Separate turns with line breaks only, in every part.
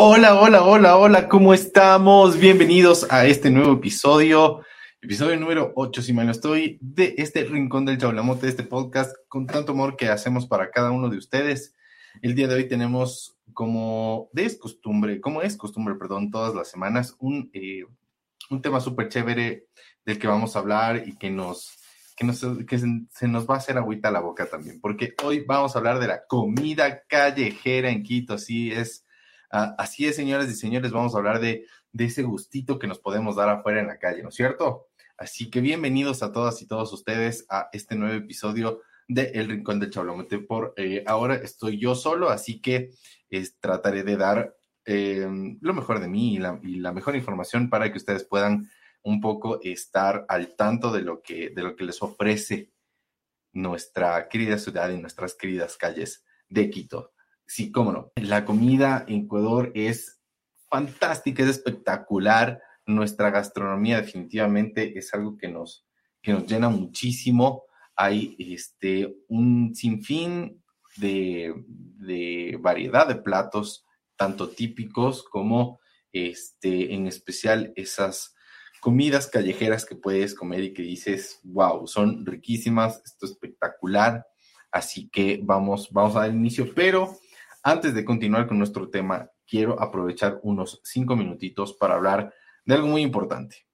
Hola, hola, hola, hola, ¿cómo estamos? Bienvenidos a este nuevo episodio número 8, si mal no estoy, de este Rincón del Chablamote, de este podcast con tanto amor que hacemos para cada uno de ustedes. El día de hoy tenemos, como es costumbre, perdón, todas las semanas, un tema súper chévere del que vamos a hablar y que se nos va a hacer agüita a la boca también, porque hoy vamos a hablar de la comida callejera en Quito, así es, señoras y señores, vamos a hablar de ese gustito que nos podemos dar afuera en la calle, ¿no es cierto? Así que bienvenidos a todas y todos ustedes a este nuevo episodio de El Rincón del Chablamote. Ahora estoy yo solo, así que trataré de dar lo mejor de mí y la mejor información para que ustedes puedan un poco estar al tanto de lo que les ofrece nuestra querida ciudad y nuestras queridas calles de Quito. Sí, cómo no. La comida en Ecuador es fantástica, es espectacular. Nuestra gastronomía definitivamente es algo que nos llena muchísimo. Hay un sinfín de variedad de platos, tanto típicos como en especial esas comidas callejeras que puedes comer y que dices, wow, son riquísimas, esto es espectacular. Así que vamos a dar inicio, pero antes de continuar con nuestro tema, quiero aprovechar unos 5 minutitos para hablar de algo muy importante.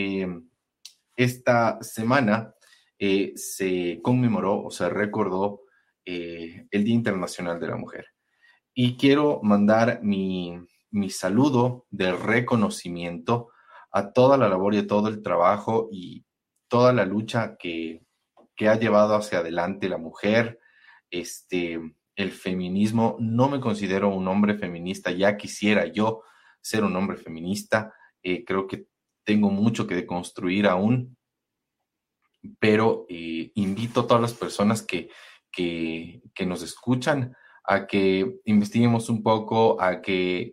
Esta semana se conmemoró o se recordó el Día Internacional de la Mujer. Y quiero mandar mi saludo de reconocimiento a toda la labor y a todo el trabajo y toda la lucha que ha llevado hacia adelante la mujer, el feminismo. No me considero un hombre feminista, ya quisiera yo ser un hombre feminista. Creo que tengo mucho que deconstruir aún, pero invito a todas las personas que nos escuchan a que investiguemos un poco, a que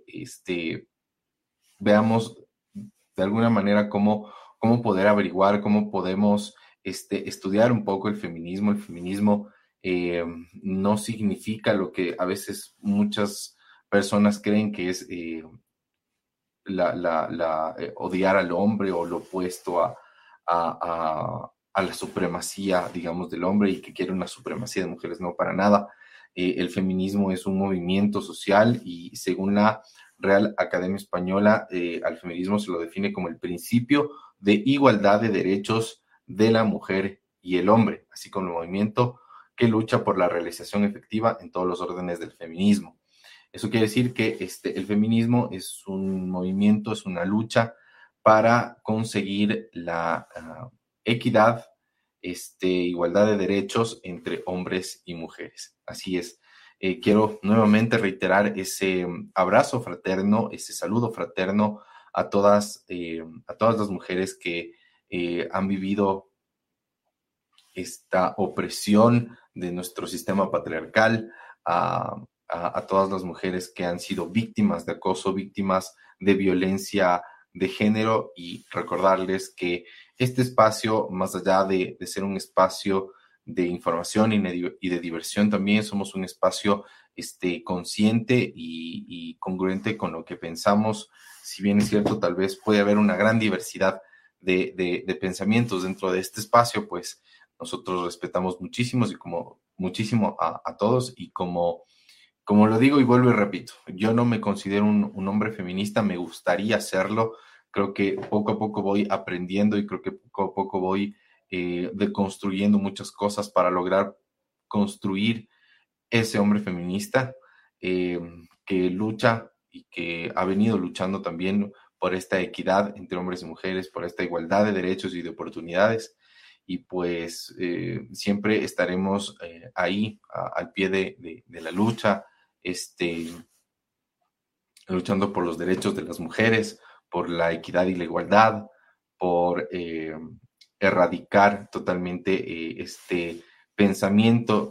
veamos de alguna manera cómo poder averiguar, cómo podemos estudiar un poco el feminismo. El feminismo no significa lo que a veces muchas personas creen que es odiar al hombre o lo opuesto a la supremacía, digamos, del hombre y que quiere una supremacía de mujeres. No, para nada. El feminismo es un movimiento social y según la Real Academia Española, al feminismo se lo define como el principio de igualdad de derechos de la mujer y el hombre, así como el movimiento que lucha por la realización efectiva en todos los órdenes del feminismo. Eso quiere decir que el feminismo es un movimiento, es una lucha para conseguir la equidad, igualdad de derechos entre hombres y mujeres. Así es. Quiero nuevamente reiterar ese abrazo fraterno, ese saludo fraterno a todas las mujeres que han vivido esta opresión de nuestro sistema patriarcal, a todas las mujeres que han sido víctimas de acoso, víctimas de violencia de género, y recordarles que este espacio, más allá de ser un espacio de información y de diversión, también somos un espacio consciente y congruente con lo que pensamos. Si bien es cierto, tal vez puede haber una gran diversidad de pensamientos dentro de este espacio, pues nosotros respetamos muchísimo a todos, y como lo digo y vuelvo y repito, yo no me considero un hombre feminista, me gustaría hacerlo. Creo que poco a poco voy aprendiendo y creo que poco a poco voy deconstruyendo muchas cosas para lograr construir ese hombre feminista eh, que lucha y que ha venido luchando también por esta equidad entre hombres y mujeres, por esta igualdad de derechos y de oportunidades. Y pues siempre estaremos ahí al pie de la lucha, este, luchando por los derechos de las mujeres, por la equidad y la igualdad, por erradicar totalmente este pensamiento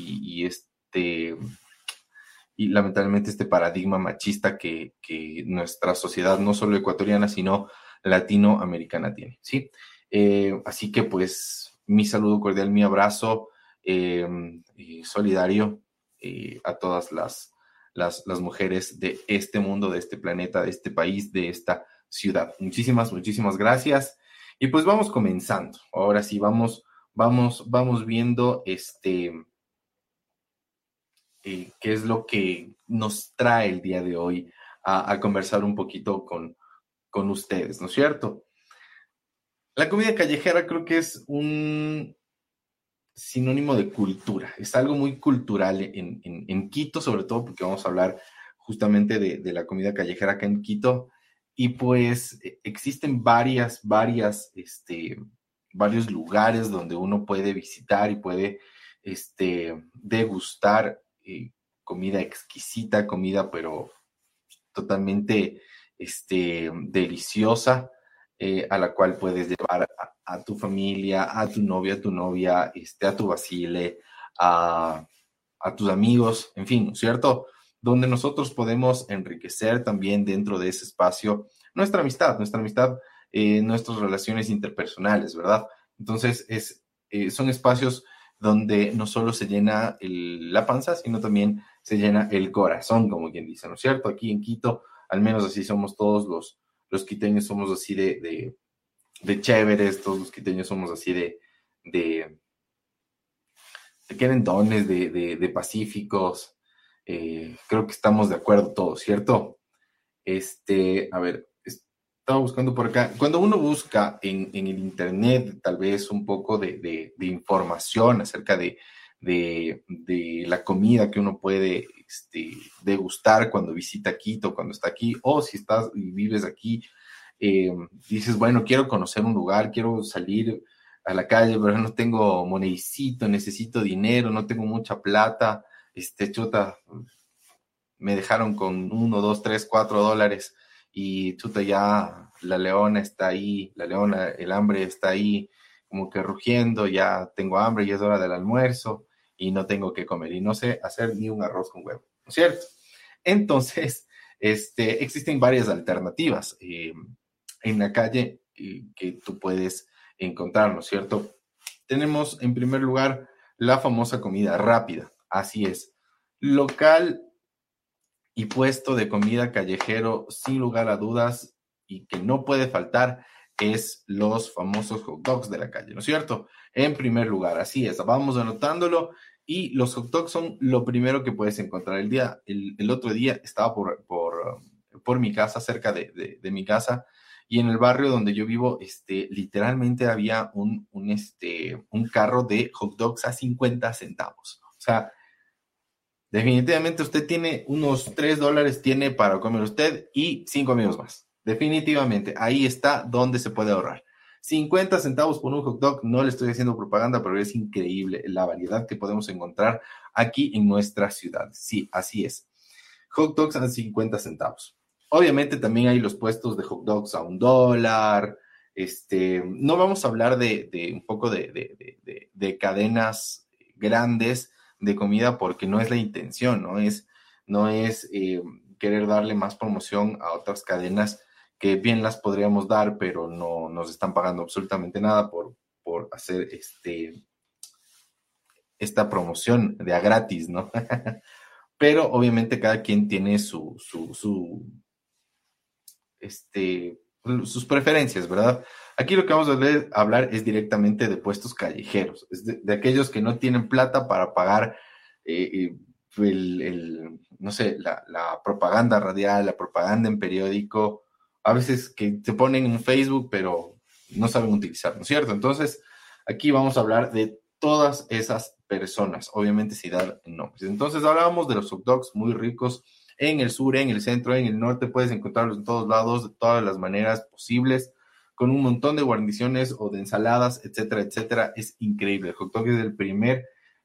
y lamentablemente este paradigma machista que nuestra sociedad, no solo ecuatoriana, sino latinoamericana tiene, ¿sí? Así que pues mi saludo cordial, mi abrazo solidario a todas las mujeres de este mundo, de este planeta, de este país, de esta ciudad. Muchísimas, muchísimas gracias. Y pues vamos comenzando. Ahora sí, vamos viendo qué es lo que nos trae el día de hoy a conversar un poquito con ustedes, ¿no es cierto? La comida callejera creo que es un sinónimo de cultura, es algo muy cultural en Quito, sobre todo porque vamos a hablar justamente de la comida callejera acá en Quito, y pues existen varios lugares donde uno puede visitar y puede degustar comida exquisita, comida pero totalmente deliciosa, a la cual puedes llevar a tu familia, a tu novia, a tu vacile, a tus amigos, en fin, ¿no es cierto? Donde nosotros podemos enriquecer también dentro de ese espacio nuestra amistad, nuestras relaciones interpersonales, ¿verdad? Entonces, son espacios donde no solo se llena la panza, sino también se llena el corazón, como quien dice, ¿no es cierto? Aquí en Quito, al menos así somos todos los quiteños, somos así de chéveres, todos los quiteños somos así de querendones, de pacíficos. Creo que estamos de acuerdo todos, ¿cierto? A ver, estaba buscando por acá. Cuando uno busca en el internet, tal vez un poco de información acerca de la comida que uno puede degustar cuando visita Quito, cuando está aquí, o si estás y vives aquí, dices, bueno, quiero conocer un lugar, quiero salir a la calle, pero no tengo monedicito, necesito dinero, no tengo mucha plata, chuta, me dejaron con $1, $2, $3, $4 y chuta, ya la leona está ahí, la leona, el hambre está ahí como que rugiendo, ya tengo hambre y es hora del almuerzo y no tengo que comer y no sé hacer ni un arroz con huevo, ¿no es cierto? Entonces, existen varias alternativas en la calle que tú puedes encontrar, ¿no es cierto? Tenemos en primer lugar la famosa comida rápida, así es, local y puesto de comida callejero, sin lugar a dudas, y que no puede faltar, es los famosos hot dogs de la calle, ¿no es cierto? En primer lugar, así es, vamos anotándolo, y los hot dogs son lo primero que puedes encontrar. El otro día estaba por mi casa, cerca de mi casa, y en el barrio donde yo vivo, literalmente había un carro de hot dogs a 50 centavos. O sea, definitivamente usted tiene unos $3, tiene para comer usted y 5 amigos más. Definitivamente, ahí está donde se puede ahorrar. 50 centavos por un hot dog, no le estoy haciendo propaganda, pero es increíble la variedad que podemos encontrar aquí en nuestra ciudad. Sí, así es. Hot dogs a 50 centavos. Obviamente también hay los puestos de hot dogs a $1. No vamos a hablar de un poco de cadenas grandes de comida porque no es la intención, no es querer darle más promoción a otras cadenas que bien las podríamos dar, pero no nos están pagando absolutamente nada por hacer esta promoción de a gratis, ¿no? Pero obviamente cada quien tiene sus preferencias, ¿verdad? Aquí lo que vamos a hablar es directamente de puestos callejeros, es de aquellos que no tienen plata para pagar no sé, la propaganda radial, la propaganda en periódico, a veces que se ponen en Facebook, pero no saben utilizar, ¿no es cierto? Entonces, aquí vamos a hablar de todas esas personas, obviamente sin dar nombres. Entonces, hablábamos de los hot dogs muy ricos en el sur, en el centro, en el norte, puedes encontrarlos en todos lados, de todas las maneras posibles, con un montón de guarniciones o de ensaladas, etcétera, etcétera. Es increíble. El hot dog es el primer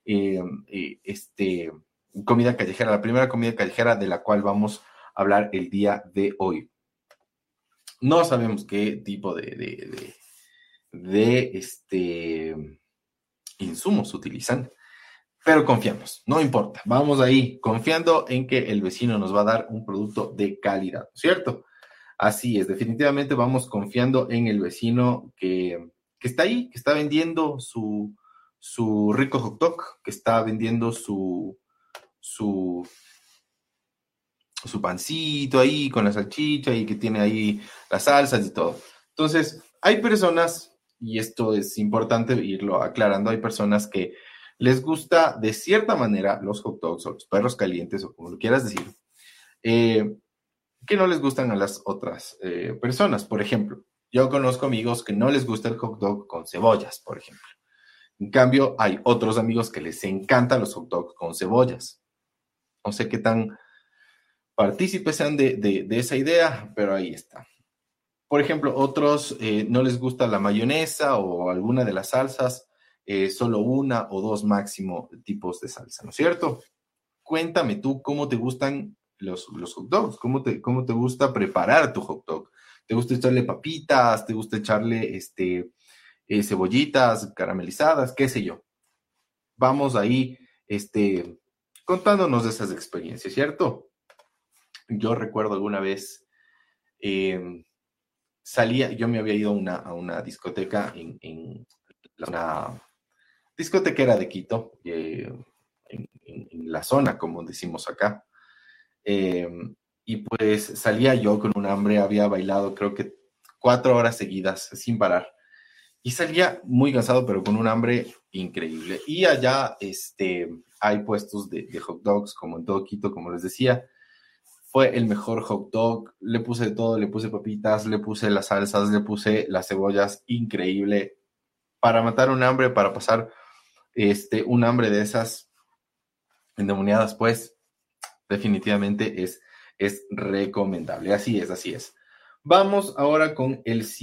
comida callejera, la primera comida callejera de la cual vamos a hablar el día de hoy. No sabemos qué tipo de insumos utilizan, pero confiamos, no importa, vamos ahí confiando en que el vecino nos va a dar un producto de calidad, ¿cierto? Así es, definitivamente vamos confiando en el vecino que está ahí, que está vendiendo su rico hot dog, que está vendiendo su su pancito ahí con la salchicha y que tiene ahí las salsas y todo. Entonces, hay personas, y esto es importante irlo aclarando, hay personas que les gusta de cierta manera los hot dogs o los perros calientes o como lo quieras decir, eh, que no les gustan a las otras personas. Por ejemplo, yo conozco amigos que no les gusta el hot dog con cebollas, por ejemplo. En cambio, hay otros amigos que les encantan los hot dogs con cebollas. No sé qué tan partícipes sean de esa idea, pero ahí está. Por ejemplo, otros no les gusta la mayonesa o alguna de las salsas, solo una o dos máximo tipos de salsa, ¿no es cierto? Cuéntame tú cómo te gustan los hot dogs, cómo te gusta preparar tu hot dog. ¿Te gusta echarle papitas? ¿Te gusta echarle cebollitas caramelizadas? ¿Qué sé yo? Vamos ahí contándonos de esas experiencias, ¿cierto? Yo recuerdo alguna vez eh, yo me había ido a una discoteca en una discotequera de Quito, en la zona, como decimos acá. Eh, y pues salía yo con un hambre, había bailado creo que 4 horas seguidas sin parar. Y salía muy cansado, pero con un hambre increíble. Y allá hay puestos de hot dogs, como en todo Quito, como les decía. Fue el mejor hot dog, le puse todo, le puse papitas, le puse las salsas, le puse las cebollas, increíble. Para matar un hambre, para pasar un hambre de esas endemoniadas, pues definitivamente es recomendable. Así es, así es. Vamos ahora con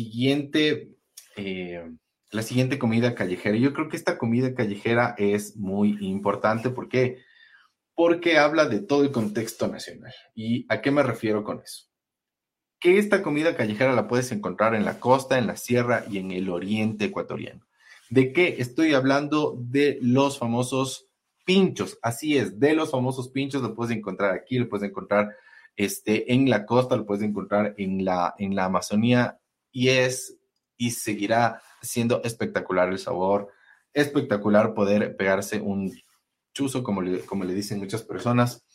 la siguiente comida callejera. Yo creo que esta comida callejera es muy importante. ¿Por qué? Porque habla de todo el contexto nacional. ¿Y a qué me refiero con eso? Que esta comida callejera la puedes encontrar en la costa, en la sierra y en el oriente ecuatoriano. ¿De qué estoy hablando? De los famosos pinchos. Así es, de los famosos pinchos lo puedes encontrar aquí, lo puedes encontrar en la costa, lo puedes encontrar en la Amazonía y seguirá siendo espectacular el sabor, espectacular poder pegarse un chuzo, como le dicen muchas personas,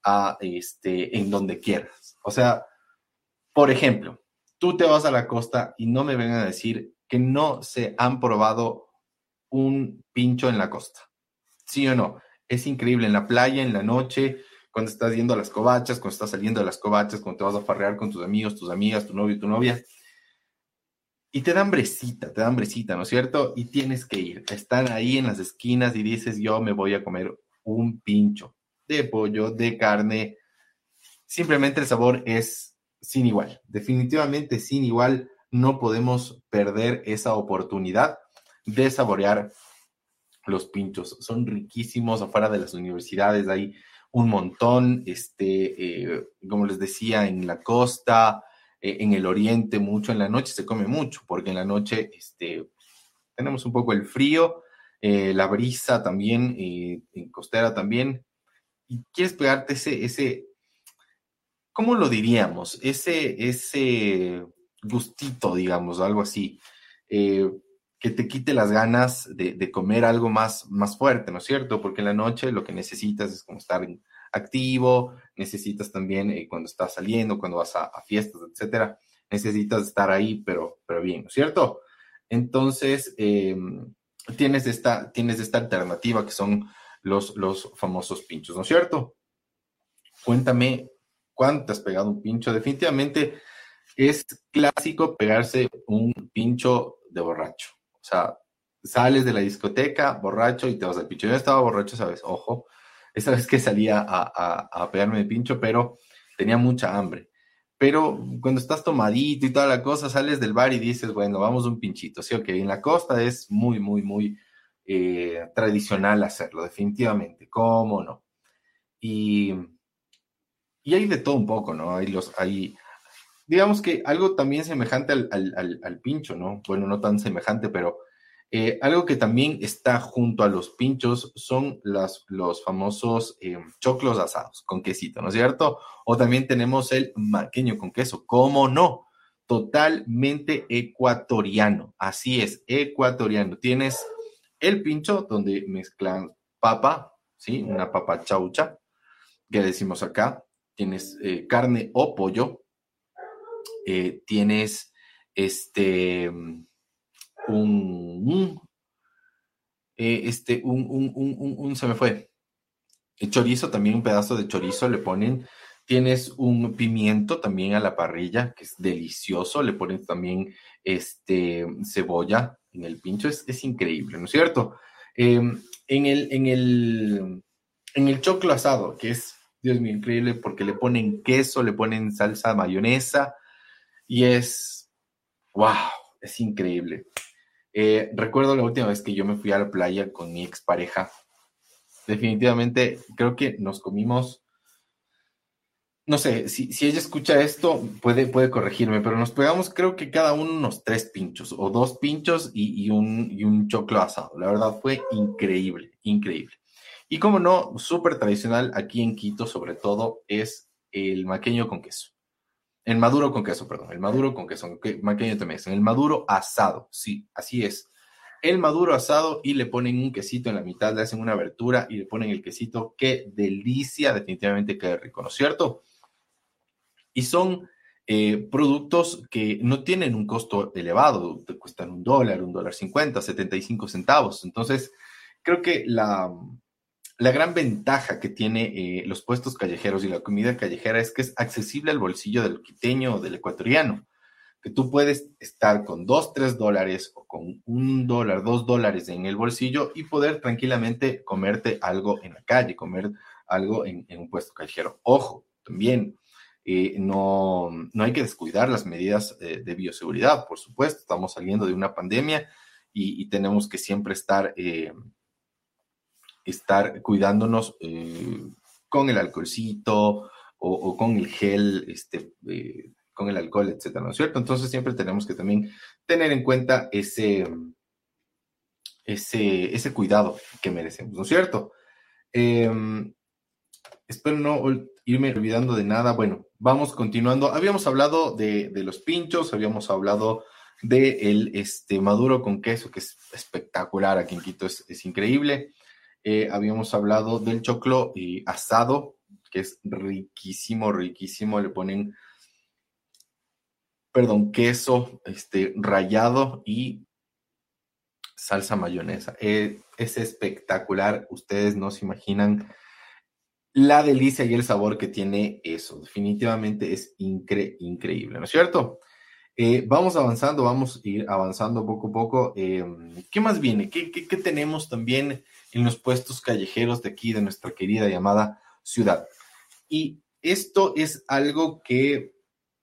en donde quieras. O sea, por ejemplo, tú te vas a la costa y no me vengan a decir que no se han probado un pincho en la costa. ¿Sí o no? Es increíble en la playa, en la noche, cuando estás yendo a las covachas, cuando estás saliendo de las covachas, cuando te vas a farrear con tus amigos, tus amigas, tu novio, tu novia. Y te da hambrecita, ¿no es cierto? Y tienes que ir. Están ahí en las esquinas y dices, yo me voy a comer un pincho de pollo, de carne. Simplemente el sabor es sin igual. Definitivamente sin igual. No podemos perder esa oportunidad de saborear los pinchos. Son riquísimos afuera de las universidades. Hay un montón, como les decía, en la costa, en el oriente mucho, en la noche se come mucho, porque en la noche tenemos un poco el frío, la brisa también, en costera también, y quieres pegarte ¿cómo lo diríamos? Ese gustito, digamos, algo así, eh, que te quite las ganas de comer algo más fuerte, ¿no es cierto? Porque en la noche lo que necesitas es como estar activo, necesitas también cuando estás saliendo, cuando vas a fiestas, etcétera, necesitas estar ahí, pero bien, ¿no es cierto? Entonces, tienes esta alternativa que son los famosos pinchos, ¿no es cierto? Cuéntame, ¿cuándo te has pegado un pincho? Definitivamente es clásico pegarse un pincho de borracho. O sea, sales de la discoteca borracho y te vas al pincho. Yo estaba borracho, ¿sabes? Ojo, esa vez que salía a pegarme el pincho, pero tenía mucha hambre. Pero cuando estás tomadito y toda la cosa, sales del bar y dices, bueno, vamos un pinchito. Sí, ok, en la costa es muy, muy, muy tradicional hacerlo, definitivamente. ¿Cómo no? Y y hay de todo un poco, ¿no? Digamos que algo también semejante al pincho, ¿no? Bueno, no tan semejante, pero algo que también está junto a los pinchos son los famosos choclos asados con quesito, ¿no es cierto? O también tenemos el maqueño con queso, ¿cómo no? Totalmente ecuatoriano, así es, ecuatoriano. Tienes el pincho donde mezclan papa, ¿sí? Una papa chaucha, que decimos acá. tienes carne o pollo, tienes un, se me fue, el chorizo, también un pedazo de chorizo le ponen. Tienes un pimiento también a la parrilla, que es delicioso. Le ponen también cebolla en el pincho. Es increíble, ¿no es cierto? En el choclo asado, que es, Dios mío, increíble, porque le ponen queso, le ponen salsa mayonesa y wow, es increíble. Recuerdo la última vez que yo me fui a la playa con mi expareja. Definitivamente creo que nos comimos, no sé, si ella escucha esto, puede corregirme, pero nos pegamos creo que cada uno unos 3 pinchos o 2 pinchos y un choclo asado. La verdad fue increíble, increíble. Y como no, súper tradicional aquí en Quito, sobre todo, es el maqueño con queso. El maduro con queso, perdón, el maduro con queso, maqueño también es, el maduro asado, sí, así es. El maduro asado y le ponen un quesito en la mitad, le hacen una abertura y le ponen el quesito. ¡Qué delicia! Definitivamente qué rico, ¿no es cierto? Y son productos que no tienen un costo elevado, te cuestan $1, $1.50, 75 centavos. Entonces, creo que la gran ventaja que tiene los puestos callejeros y la comida callejera es que es accesible al bolsillo del quiteño o del ecuatoriano, que tú puedes estar con $2, $3 o con $1, $2 en el bolsillo y poder tranquilamente comerte algo en la calle, comer algo en un puesto callejero. Ojo, también no hay que descuidar las medidas de bioseguridad, por supuesto. Estamos saliendo de una pandemia y tenemos que siempre estar cuidándonos con el alcoholcito o con el gel, con el alcohol, etcétera, ¿no es cierto? Entonces siempre tenemos que también tener en cuenta ese cuidado que merecemos, ¿no es cierto? Eh, Espero no irme olvidando de nada. Bueno, vamos continuando. Habíamos hablado de los pinchos, habíamos hablado del maduro con queso, que es espectacular aquí en Quito, es increíble. Habíamos hablado del choclo asado, que es riquísimo, riquísimo. Le ponen, perdón, queso rallado y salsa mayonesa. Es espectacular. Ustedes no se imaginan la delicia y el sabor que tiene eso. Definitivamente es increíble, ¿no es cierto? Vamos avanzando, vamos a ir avanzando poco a poco. ¿Qué más viene? ¿Qué tenemos también en los puestos callejeros de aquí, de nuestra querida llamada ciudad? Y esto es algo que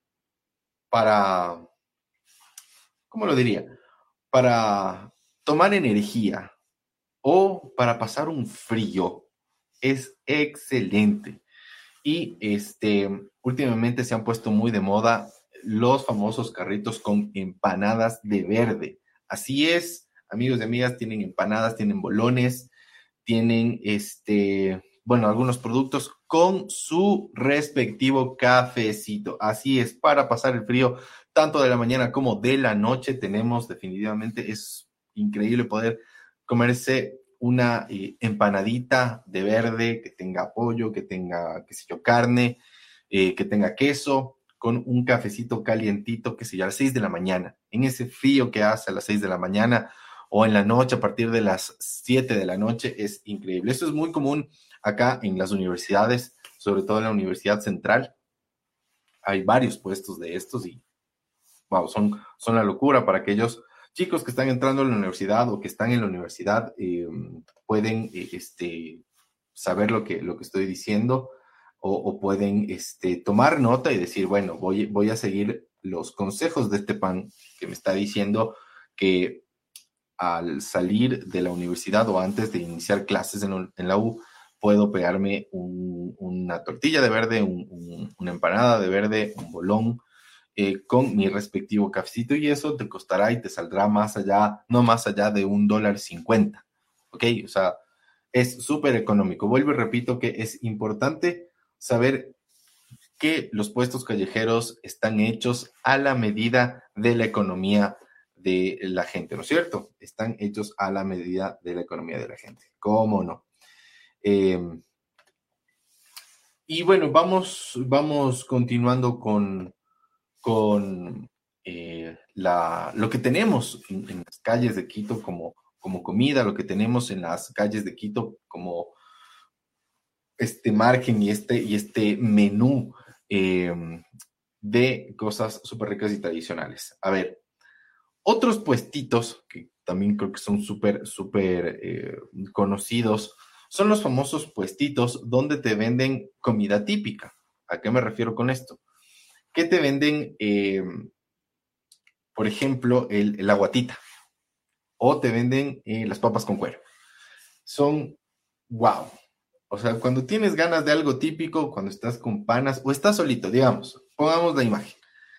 para, ¿cómo lo diría? Para tomar energía o para pasar un frío es excelente. Y últimamente se han puesto muy de moda los famosos carritos con empanadas de verde. Así es, amigos y amigas, tienen empanadas, tienen bolones, tienen bueno, algunos productos con su respectivo cafecito. Así es, para pasar el frío tanto de la mañana como de la noche tenemos definitivamente, es increíble poder comerse una empanadita de verde que tenga pollo, que tenga, qué sé yo, carne, que tenga queso, con un cafecito calientito, qué sé yo, a las 6 de la mañana, en ese frío que hace a las 6 de la mañana o en la noche a partir de las 7 de la noche, es increíble. Esto es muy común acá en las universidades, sobre todo en la Universidad Central. Hay varios puestos de estos y wow, son la locura para aquellos chicos que están entrando a la universidad o que están en la universidad, pueden saber lo que estoy diciendo o pueden tomar nota y decir, bueno, voy a seguir los consejos de este pan que me está diciendo que al salir de la universidad o antes de iniciar clases en la U, puedo pegarme una tortilla de verde, una empanada de verde, un bolón, con mi respectivo cafecito y eso te costará y te saldrá más allá, no más allá de $1.50. ¿Ok? O sea, es súper económico. Vuelvo y repito que es importante saber que los puestos callejeros están hechos a la medida de la economía de la gente, ¿no es cierto? Están hechos a la medida de la economía de la gente. ¿Cómo no? Eh, Y bueno, vamos continuando con lo que tenemos en las calles de Quito como comida, lo que tenemos en las calles de Quito como este margen y este menú eh, de cosas súper ricas y tradicionales. A ver, otros puestitos que también creo que son súper conocidos son los famosos puestitos donde te venden comida típica. ¿A qué me refiero con esto? Que te venden, por ejemplo, la guatita o te venden las papas con cuero. Son wow. O sea, cuando tienes ganas de algo típico, cuando estás con panas o estás solito, digamos, pongamos la imagen.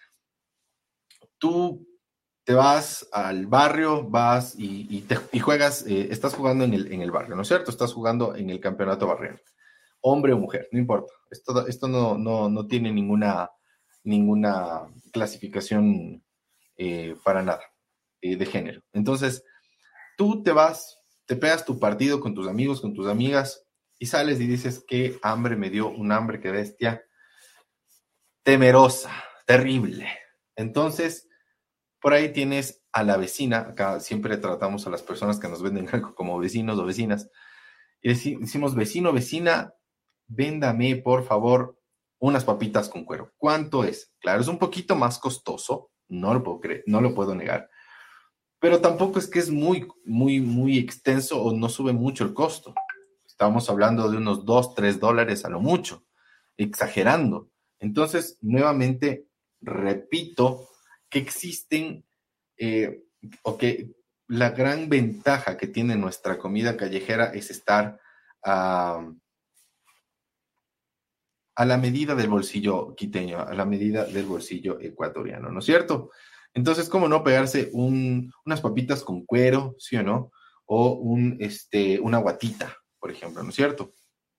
Tú te vas al barrio, vas y juegas, estás jugando en el barrio, ¿no es cierto? Estás jugando en el campeonato barrial. Hombre o mujer, no importa. Esto no tiene ninguna clasificación para nada de género. Entonces, tú te vas, te pegas tu partido con tus amigos, con tus amigas, y sales y dices, qué hambre me dio, un hambre, qué bestia, temerosa, terrible. Entonces, por ahí tienes a la vecina, acá siempre tratamos a las personas que nos venden algo como vecinos o vecinas, y decimos, vecino, vecina, véndame, por favor, unas papitas con cuero. ¿Cuánto es? Claro, es un poquito más costoso, no lo puedo creer, no lo puedo negar, pero tampoco es que es muy extenso o no sube mucho el costo. Estamos hablando de unos $2, $3 a lo mucho, exagerando. Entonces, nuevamente, repito que existen, o que la gran ventaja que tiene nuestra comida callejera es estar a la medida del bolsillo quiteño, a la medida del bolsillo ecuatoriano, ¿no es cierto? Entonces, ¿cómo no pegarse unas papitas con cuero, sí o no? O una guatita, por ejemplo, ¿no es cierto?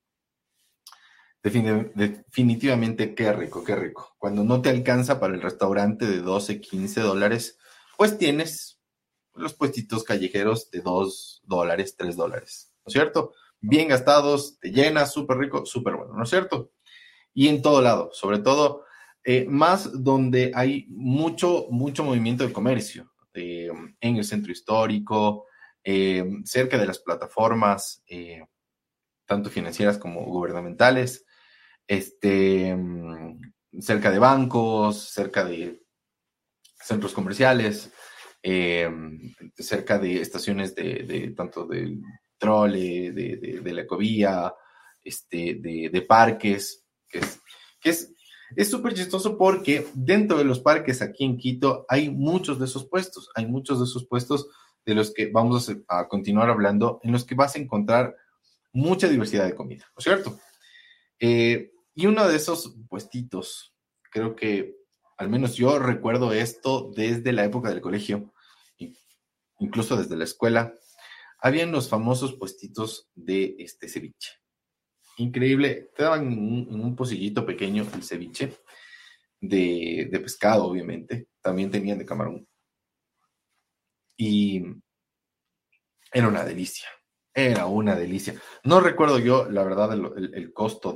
Definitivamente, qué rico, qué rico. Cuando no te alcanza para el restaurante de $12, $15, pues tienes los puestitos callejeros de $2, $3, ¿no es cierto? Bien gastados, te llenas, súper rico, súper bueno, ¿no es cierto? Y en todo lado, sobre todo, más donde hay mucho movimiento de comercio, en el centro histórico, cerca de las plataformas, tanto financieras como gubernamentales, cerca de bancos, cerca de centros comerciales, eh, cerca de estaciones tanto del trole, de la ecovía, de parques, que es súper chistoso porque dentro de los parques aquí en Quito hay muchos de esos puestos, de los que vamos a continuar hablando, en los que vas a encontrar mucha diversidad de comida, ¿no es cierto? Y uno de esos puestitos, creo que al menos yo recuerdo esto desde la época del colegio, incluso desde la escuela, habían los famosos puestitos de este ceviche. Increíble, te daban en un pocillito pequeño el ceviche de pescado, obviamente, también tenían de camarón. Y era una delicia, era una delicia. No recuerdo yo, la verdad, el costo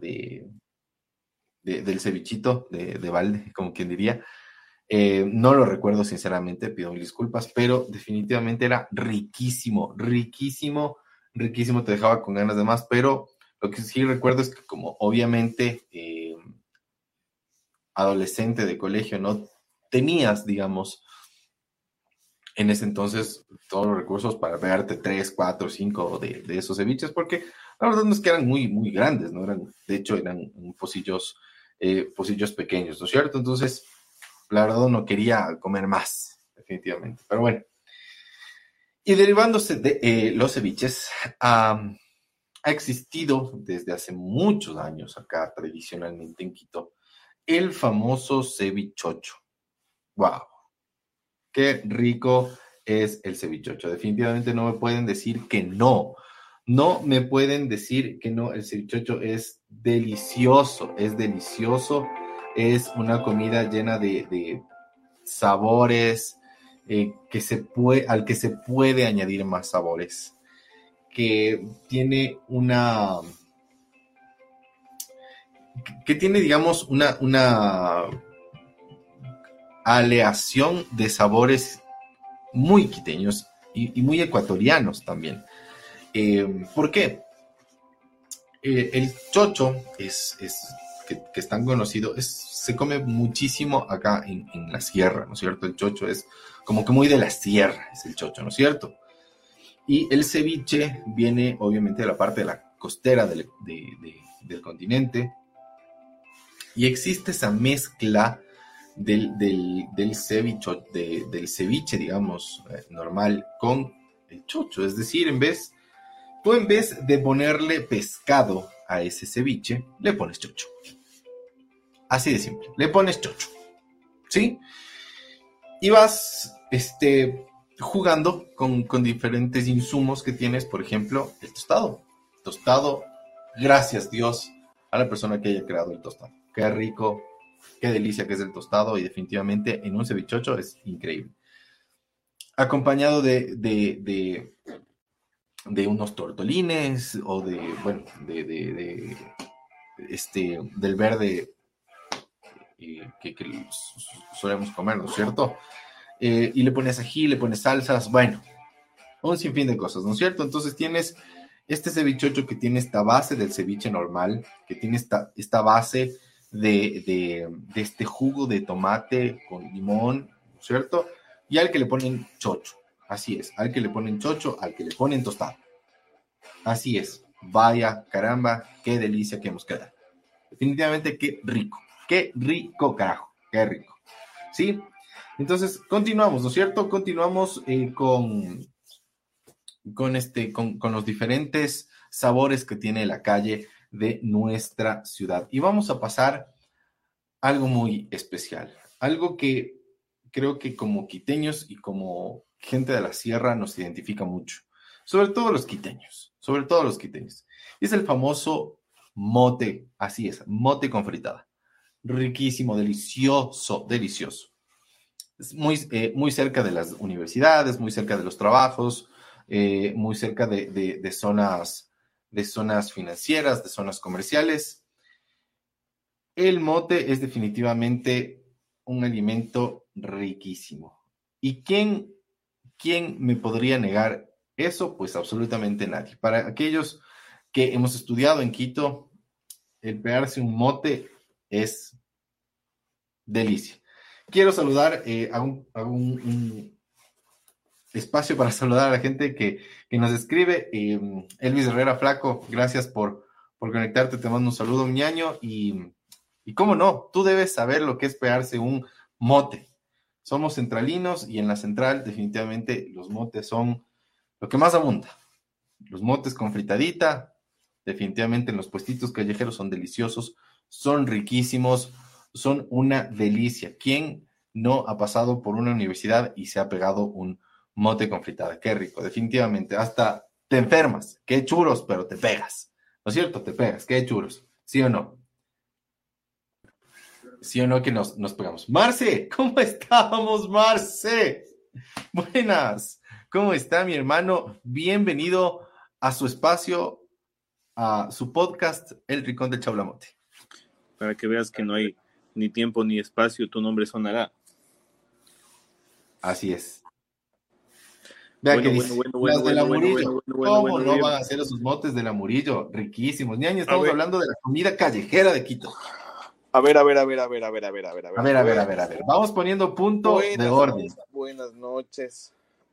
del cevichito de balde, como quien diría. No lo recuerdo sinceramente, pido mil disculpas, pero definitivamente era riquísimo, riquísimo, riquísimo, te dejaba con ganas de más, pero lo que sí recuerdo es que como obviamente adolescente de colegio, ¿no? Tenías, digamos, en ese entonces todos los recursos para pegarte 3, 4, 5 de esos ceviches, porque la verdad no es que eran muy grandes, ¿no? De hecho, eran pocillos pequeños, ¿no es cierto? Entonces, la verdad no quería comer más, definitivamente. Pero bueno. Y derivándose de los ceviches, ha existido desde hace muchos años acá, tradicionalmente en Quito, el famoso cevichocho. ¡Wow! ¡Qué rico es el cevichocho! Definitivamente no me pueden decir que no. No me pueden decir que no. El cevichocho es delicioso, es delicioso. Es una comida llena de sabores, al que se puede añadir más sabores, que tiene que tiene, digamos, una aleación de sabores muy quiteños y muy ecuatorianos también. ¿Por qué? El chocho que es tan conocido, se come muchísimo acá en la sierra, ¿no es cierto? El chocho es como que muy de la sierra, es el chocho, ¿no es cierto? Y el ceviche viene obviamente de la parte de la costera del continente, y existe esa mezcla del ceviche, del ceviche, digamos, normal con el chocho. Es decir, tú en vez de ponerle pescado a ese ceviche, le pones chocho. Así de simple, le pones chocho, ¿sí? Y vas jugando con diferentes insumos que tienes, por ejemplo, el tostado. Tostado, gracias Dios a la persona que haya creado el tostado. Qué rico, qué delicia que es el tostado, y definitivamente en un cevichocho es increíble. Acompañado de unos tortolines o bueno, del verde que solemos comer, ¿no es cierto? Y le pones ají, le pones salsas, bueno, un sinfín de cosas, ¿no es cierto? Entonces tienes este cevichocho que tiene esta base del ceviche normal, que tiene esta base de este jugo de tomate con limón, ¿no es cierto? Y al que le ponen chocho, así es, al que le ponen chocho, al que le ponen tostado. Así es, vaya, caramba, qué delicia que hemos quedado. Definitivamente qué rico, carajo, qué rico. ¿Sí? Entonces, continuamos, ¿no es cierto? Continuamos con los diferentes sabores que tiene la calle de nuestra ciudad. Y vamos a pasar a algo muy especial, algo que creo que como quiteños y como gente de la sierra nos identifica mucho, sobre todo los quiteños, sobre todo los quiteños. Es el famoso mote, así es, mote con fritada. Riquísimo, delicioso, delicioso. Es muy cerca de las universidades, muy cerca de los trabajos, muy cerca de zonas financieras, de zonas comerciales. El mote es definitivamente un alimento riquísimo. ¿Y quién me podría negar eso? Pues absolutamente nadie. Para aquellos que hemos estudiado en Quito, el pegarse un mote es delicia. Quiero saludar, hago un espacio para saludar a la gente que nos escribe. Elvis Herrera Flaco, gracias por conectarte, te mando un saludo, ñaño, y cómo no, tú debes saber lo que es pegarse un mote. Somos centralinos y en la central definitivamente los motes son lo que más abunda. Los motes con fritadita, definitivamente en los puestitos callejeros son deliciosos, son riquísimos, son una delicia. ¿Quién no ha pasado por una universidad y se ha pegado un mote con fritada? Qué rico, definitivamente. Hasta te enfermas, qué churros, pero te pegas. ¿No es cierto? Te pegas, qué churros. ¿Sí o no? ¿Sí o no que nos pegamos? Marce, ¿cómo estamos, Marce? Buenas, ¿cómo está mi hermano? Bienvenido a su espacio, a su podcast, El Rincón del Chaulamote.
Para que veas que no hay ni tiempo ni espacio, tu nombre sonará.
Así es. Vea que dice, las de la Murillo. ¿Cómo no van a hacer esos motes de la Murillo? Riquísimos. Ñaño, estamos hablando de la comida callejera de Quito.
A ver.
A ver. Vamos poniendo punto de orden.
Buenas noches.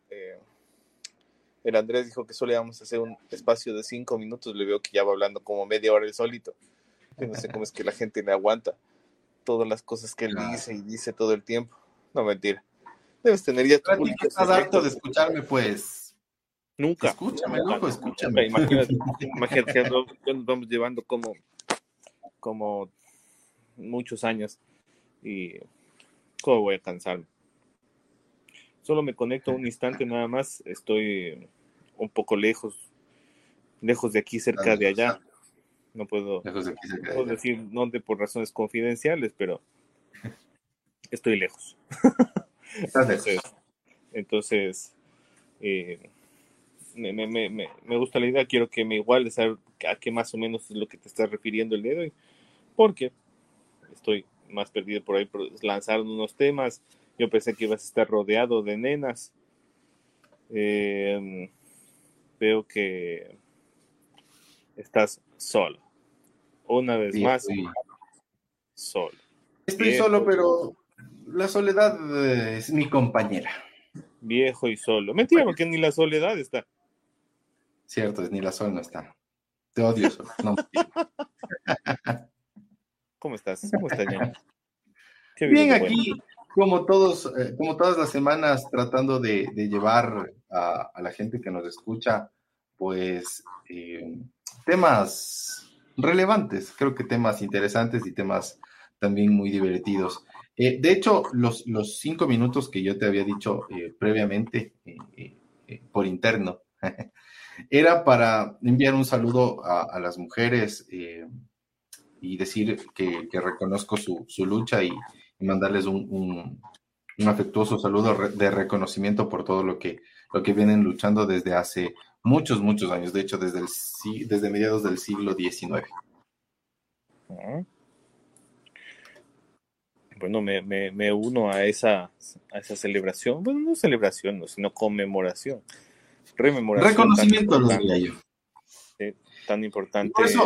El Andrés dijo que solo íbamos a hacer un espacio de 5 minutos. Le veo que ya va hablando como media hora el solito. Yo no sé cómo es que la gente le aguanta todas las cosas que él dice y dice todo el tiempo. No, mentira. Debes tener ya tu público.
Estás harto de escucharme, pues.
Nunca.
Escúchame, loco, escúchame.
Imagínate, ya nos vamos llevando como muchos años y ¿cómo voy a cansarme? Solo me conecto un instante nada más. Estoy un poco lejos de aquí, cerca de allá. No puedo decir dónde por razones confidenciales, pero estoy lejos. Entonces me gusta la idea. Quiero que me iguales a qué más o menos es lo que te estás refiriendo el día de hoy. porque estoy más perdido por ahí. Lanzaron unos temas, yo pensé que ibas a estar rodeado de nenas. Veo que estás solo, una vez
Sí,
más, solo,
estoy solo,
viejo,
pero la soledad es mi compañera.
viejo y solo. Mentira, porque ni la soledad está.
Cierto, es ni la sol no está. Te odio solo. No, mentira.
¿Cómo estás? ¿Cómo estás, ñaño? ¿Qué vives
Bien,
de bueno?
aquí, como todos, como todas las semanas, tratando de llevar a la gente que nos escucha, pues, temas relevantes, creo que temas interesantes y temas también muy divertidos. De hecho, los 5 minutos que yo te había dicho previamente por interno, era para enviar un saludo a las mujeres y decir que reconozco su lucha y mandarles un afectuoso saludo de reconocimiento por todo lo que vienen luchando desde hace muchos, muchos años, de hecho desde mediados del siglo XIX.
Ah, bueno, me uno a esa celebración. Bueno, no celebración, no, sino conmemoración. Rememoración
Reconocimiento, lo diría yo.
tan
Y por
importante.
eso,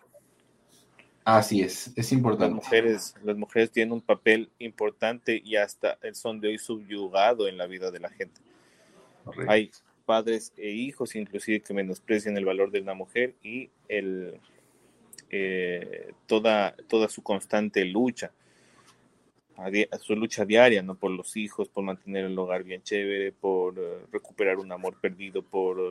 así es importante.
Las mujeres tienen un papel importante y hasta el son de hoy subyugado en la vida de la gente.
Correcto.
Hay padres e hijos inclusive que menosprecian el valor de una mujer y toda su constante lucha, su lucha diaria, ¿no? Por los hijos, por mantener el hogar bien chévere, por recuperar un amor perdido,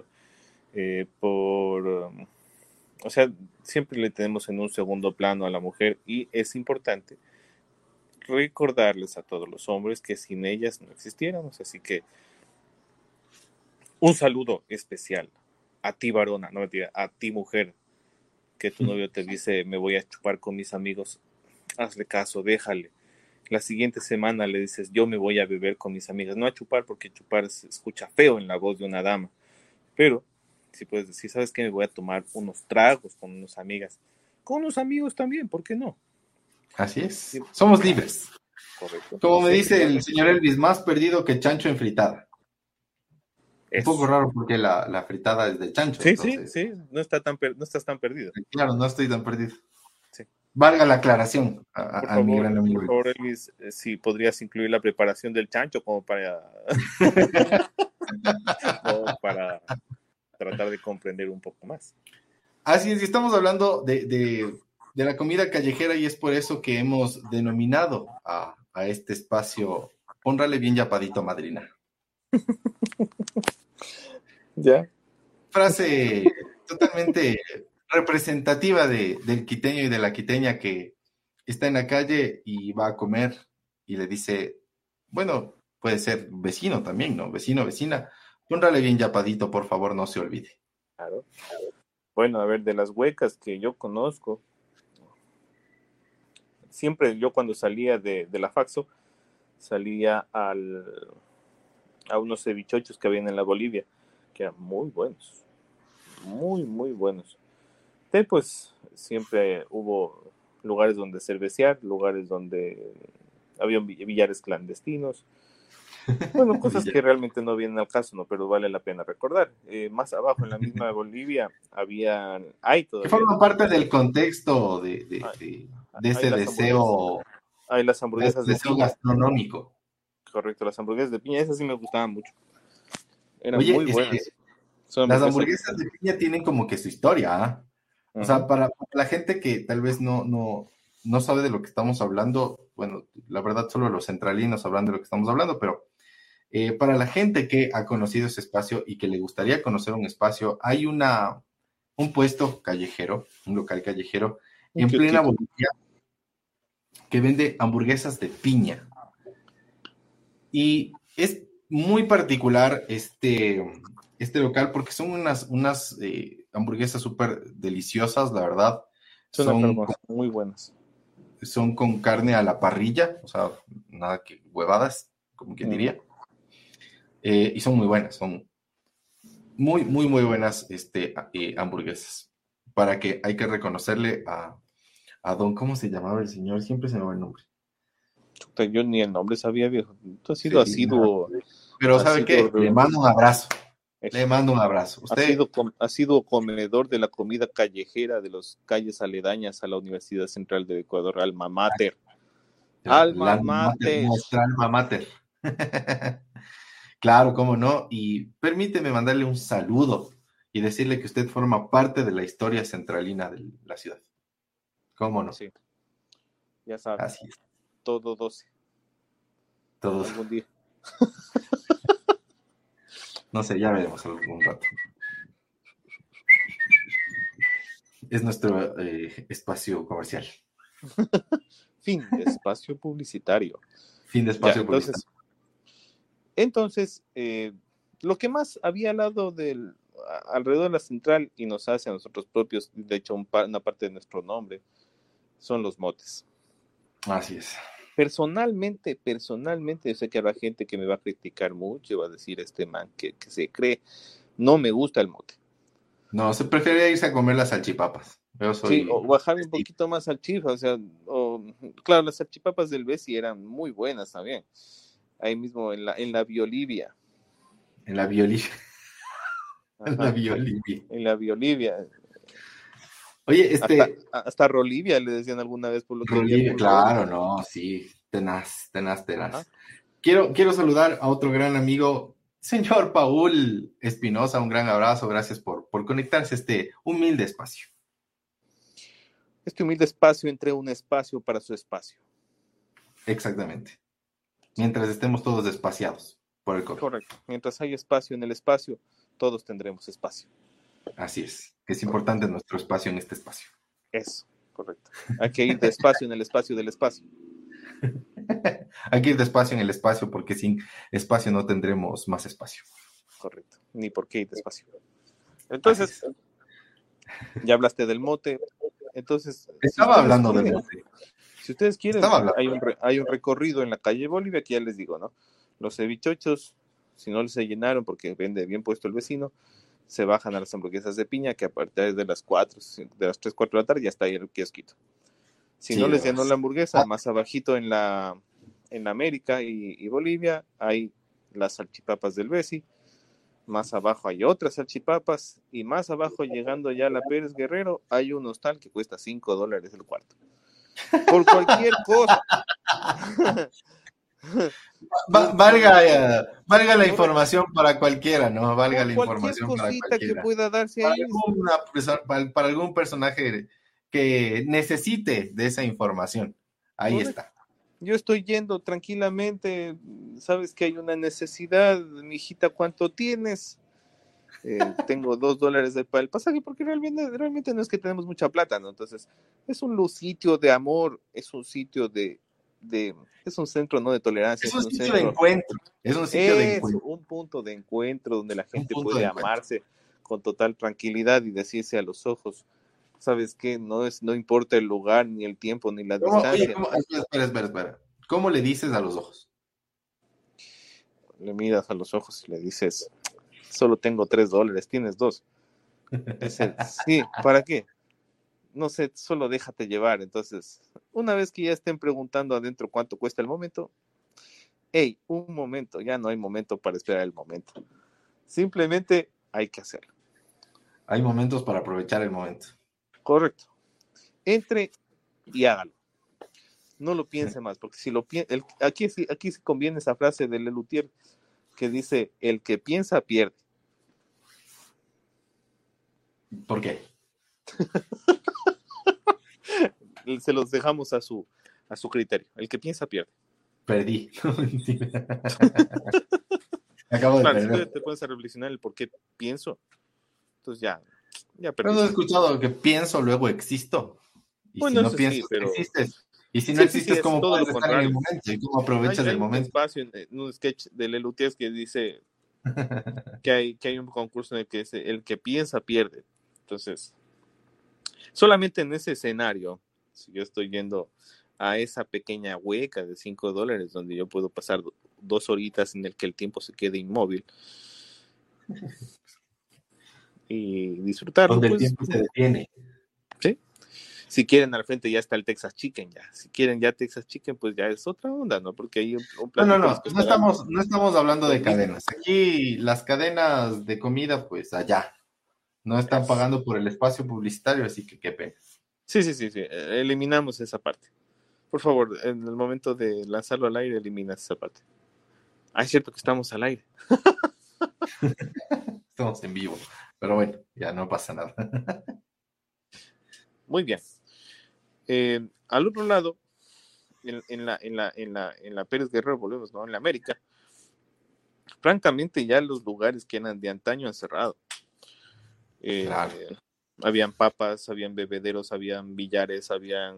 o sea, siempre le tenemos en un segundo plano a la mujer y es importante recordarles a todos los hombres que sin ellas no existiéramos. Así que un saludo especial a ti, varona, no mentira, a ti, mujer, que tu novio te dice, me voy a chupar con mis amigos. Hazle caso, déjale. La siguiente semana le dices, yo me voy a beber con mis amigas. No a chupar, porque chupar se escucha feo en la voz de una dama. Pero si puedes decir, ¿sabes qué? Me voy a tomar unos tragos con unas amigas. Con unos amigos también, ¿por qué no?
Así es. Somos libres.
Correcto.
Como me
Siempre
dice el señor Elvis, más perdido que chancho en fritada. Un poco
eso.
raro porque la fritada es de chancho,
Sí, sí,
entonces,
sí. No estás tan perdido.
claro, no estoy tan perdido.
Sí.
Valga la aclaración a mi gran amigo.
Por favor, Elvis, si podrías incluir la preparación del chancho como para, como para tratar de comprender un poco más.
Así es, y estamos hablando de la comida callejera y es por eso que hemos denominado a este espacio, pónrale bien llapadito, madrina.
Ya.
Frase totalmente representativa del quiteño y de la quiteña que está en la calle y va a comer y le dice, bueno, puede ser vecino también, ¿no? Vecino, vecina, pónrale bien llapadito, por favor, no se olvide.
Claro. Bueno, a ver, de las huecas que yo conozco, siempre yo cuando salía de la Faxo, salía a unos cevichochos que habían en la Bolivia, que eran muy buenos, muy, muy buenos. Pues siempre hubo lugares donde cervecear, lugares donde había billares clandestinos. Bueno, cosas que realmente no vienen al caso, ¿no? Pero vale la pena recordar. Más abajo, en la misma Bolivia, hay
Que
todavía,
forma parte del contexto de,
hay,
de, de
hay
ese
las hamburguesas,
deseo,
hay las
de ese
hamburguesas de
deseo
piña,
gastronómico.
correcto, las hamburguesas de piña, esas sí me gustaban mucho, eran
Oye,
muy buenas. Son
las
hamburguesas.
hamburguesas de piña tienen como que su historia, ¿ah? O
Ajá.
sea, para la gente que tal vez no sabe de lo que estamos hablando, bueno, la verdad solo los centralinos sabrán de lo que estamos hablando, pero para la gente que ha conocido ese espacio y que le gustaría conocer un espacio, hay un puesto callejero, un local callejero
Un
en plena
kiosquito.
Bolivia que vende hamburguesas de piña. Y es muy particular este local porque son unas hamburguesas súper deliciosas, la verdad.
Son
Son,
hermosas, muy buenas.
son con carne a la parrilla, o sea, nada que huevadas, como quien diría. Y son muy buenas, son muy, muy, muy buenas hamburguesas. Para que hay que reconocerle Adón, ¿cómo se llamaba el señor? Siempre se me va el nombre.
Chuta, yo ni el nombre sabía, viejo. Tú has sido
Sí, no.
asiduo,
Pero ¿sabe
asiduo,
qué? Le mando un abrazo. Le
eso.
mando un abrazo. Usted,
Ha sido comedor de la comida callejera de las calles aledañas a la Universidad Central de Ecuador, Alma Mater.
la
Alma
alma mater,
Mater.
nuestra alma mater. Claro, cómo no. Y permíteme mandarle un saludo y decirle que usted forma parte de la historia centralina de la ciudad. ¿Cómo no?
Sí, ya sabe,
Así es.
todo 12,
Todos,
algún día.
no sé, ya veremos algún rato. Es nuestro espacio comercial.
Fin de espacio publicitario.
Fin de
Ya,
espacio publicitario.
entonces lo que más había al lado alrededor de la central y nos hace a nosotros propios, de hecho una parte de nuestro nombre, son los motes.
Así es.
Personalmente, yo sé que habrá gente que me va a criticar mucho y va a decir este man que se cree, no me gusta el mote.
No, se prefiere irse a comer las salchipapas. Yo
Sí, o
soy...
bajarle un poquito más al chifa, o sea, claro, las salchipapas del Bessi eran muy buenas también, ahí mismo en la Biolivia.
En la Biolivia. En la
Ajá,
Biolivia.
en la Biolivia.
Oye,
Hasta Rolivia le decían alguna vez por lo que había
Rolivia,
pulgones.
claro, no, sí, tenaz, tenaz,
Ajá.
tenaz. Quiero saludar a otro gran amigo, señor Paul Espinosa, un gran abrazo, gracias por conectarse a este humilde espacio.
Este humilde espacio entre un espacio para su espacio.
Exactamente. Mientras estemos todos espaciados por el COVID.
Correcto. Mientras hay espacio en el espacio, todos tendremos espacio.
Así es, que es
Correcto.
importante nuestro espacio en este espacio.
Eso, correcto. Hay que ir despacio en el espacio del espacio.
Hay que ir despacio en el espacio porque sin espacio no tendremos más espacio.
Correcto. Ni por qué ir despacio. Entonces, ya hablaste del mote. Entonces,
Estaba hablando del mote.
si ustedes quieren,
Estaba hablando.
hay un recorrido en la calle Bolivia que ya les digo, ¿no? Los cevichochos, si no les se llenaron porque vende bien puesto el vecino, se bajan a las hamburguesas de piña, que a partir de las 4, de las 3, 4 de la tarde ya está ahí el kiosquito. Si
Sí,
no les llenó
sí.
la hamburguesa, más abajito en la América y Bolivia hay las salchipapas del Besi, más abajo hay otras salchipapas y más abajo llegando ya a la Pérez Guerrero hay un hostal que cuesta $5 el cuarto. Por cualquier cosa.
Valga la información para cualquiera, ¿no? Valga
Por
la
cualquier
información para
cosita que
cualquiera.
pueda darse ahí.
Para algún personaje que necesite de esa información. Ahí
Correcto.
está.
Yo estoy yendo tranquilamente, sabes que hay una necesidad, mijita, ¿cuánto tienes? Tengo $2 para el pasaje, porque realmente no es que tenemos mucha plata, ¿no? Entonces, es un sitio de amor, es un sitio es un centro no de tolerancia,
Es un sitio de encuentro. Es un sitio de encuentro.
un punto de encuentro donde la
Un
gente
punto
puede
de encuentro.
amarse con total tranquilidad y decirse a los ojos, ¿sabes qué? No importa el lugar, ni el tiempo, ni la distancia.
Espera. ¿Cómo le dices a los ojos?
Le miras a los ojos y le dices, solo tengo $3, tienes 2. Dice, sí, ¿para qué? No sé, solo déjate llevar. Entonces, una vez que ya estén preguntando adentro cuánto cuesta el momento, hey, un momento, ya no hay momento para esperar el momento. Simplemente hay que hacerlo.
Hay momentos para aprovechar el momento.
Correcto. Entre y hágalo. No lo piense más, porque si lo aquí sí conviene esa frase de Lelutier que dice, el que piensa pierde.
¿Por qué?
Se los dejamos a su criterio. El que piensa pierde.
Perdí. Acabo de
Claro, si
perder.
tú te pones a reflexionar el por qué pienso, entonces ya
Pero no he
perdiste.
escuchado que pienso, luego existo. Y
Bueno,
si no
eso
piensas,
sí, pero
existes. Y si no existes,
es
¿cómo
todo lo
puedes estar en el
contrario.
momento? ¿Y cómo aprovechas
Hay
el
un
momento?
espacio en un sketch de Lelutier que dice que hay un concurso en el que dice, el que piensa pierde. Entonces, solamente en ese escenario, si yo estoy yendo a esa pequeña hueca de $5 donde yo puedo pasar 2 horitas en el que el tiempo se quede inmóvil y disfrutarlo,
Donde el
pues
tiempo se detiene.
sí. Si quieren al frente ya está el Texas Chicken, ya. Si quieren ya Texas Chicken, pues ya es otra onda, ¿no? Porque ahí un platito les
No
costará
no estamos hablando
lo
de
mismo.
cadenas. Aquí las cadenas de comida, pues allá. No están
Es-
pagando por el espacio publicitario, así que qué pena.
Sí. Eliminamos esa parte. Por favor, en el momento de lanzarlo al aire, elimina esa parte. Ah, es cierto que estamos al aire.
Estamos en vivo. Pero bueno, ya no pasa nada.
Muy bien. Al otro lado, en la Pérez Guerrero, volvemos, ¿no? En la América, francamente ya los lugares que eran de antaño han cerrado.
Claro.
Habían papas, habían bebederos, habían billares,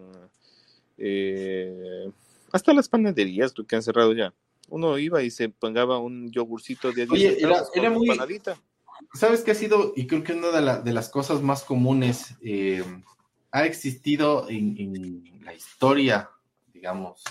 hasta las panaderías creo que han cerrado ya. Uno iba y se pagaba un yogurcito de 10
Oye,
centavos con
era
una
muy,
empanadita.
¿sabes qué ha sido? Y creo que una de las cosas más comunes ha existido en la historia, digamos,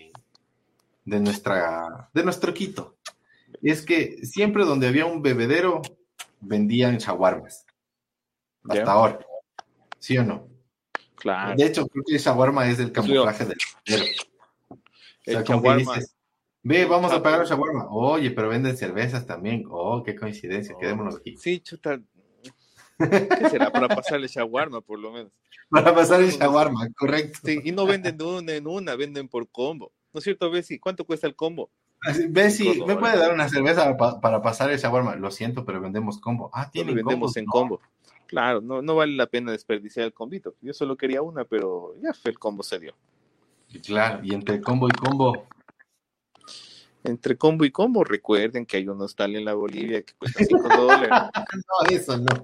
de nuestro Quito. Y es que siempre donde había un bebedero, vendían shawarmas.
¿Ya?
Hasta ahora. ¿Sí o no?
Claro.
De hecho, creo que el shawarma es el
Pues yo,
camuflaje del bebedero. O
el
sea, como que
shawarma.
dices, ve, vamos a
Ah,
pagar el shawarma. Oye, pero venden cervezas también. Oh, qué coincidencia,
no.
quedémonos aquí.
Sí, chuta. ¿Qué será? Para pasarle shawarma, por lo menos.
Para pasar el
Tomémonos.
shawarma, correcto.
Sí, y no venden de una en una, venden por combo. ¿No es cierto, Bessie? ¿Cuánto cuesta el combo?
Así,
5
Bessie, ¿me puede
dólares.
dar una cerveza para pasar el shawarma? Lo siento, pero vendemos combo. Ah,
Solo
¿tienen combos?
vendemos en
No.
combo. Claro, no vale la pena desperdiciar el combito. Yo solo quería una, pero ya fue el combo se dio.
Y claro, y entre combo y combo.
Entre combo y combo, recuerden que hay un hostal en la Bolivia que cuesta 5 dólares.
No, eso no.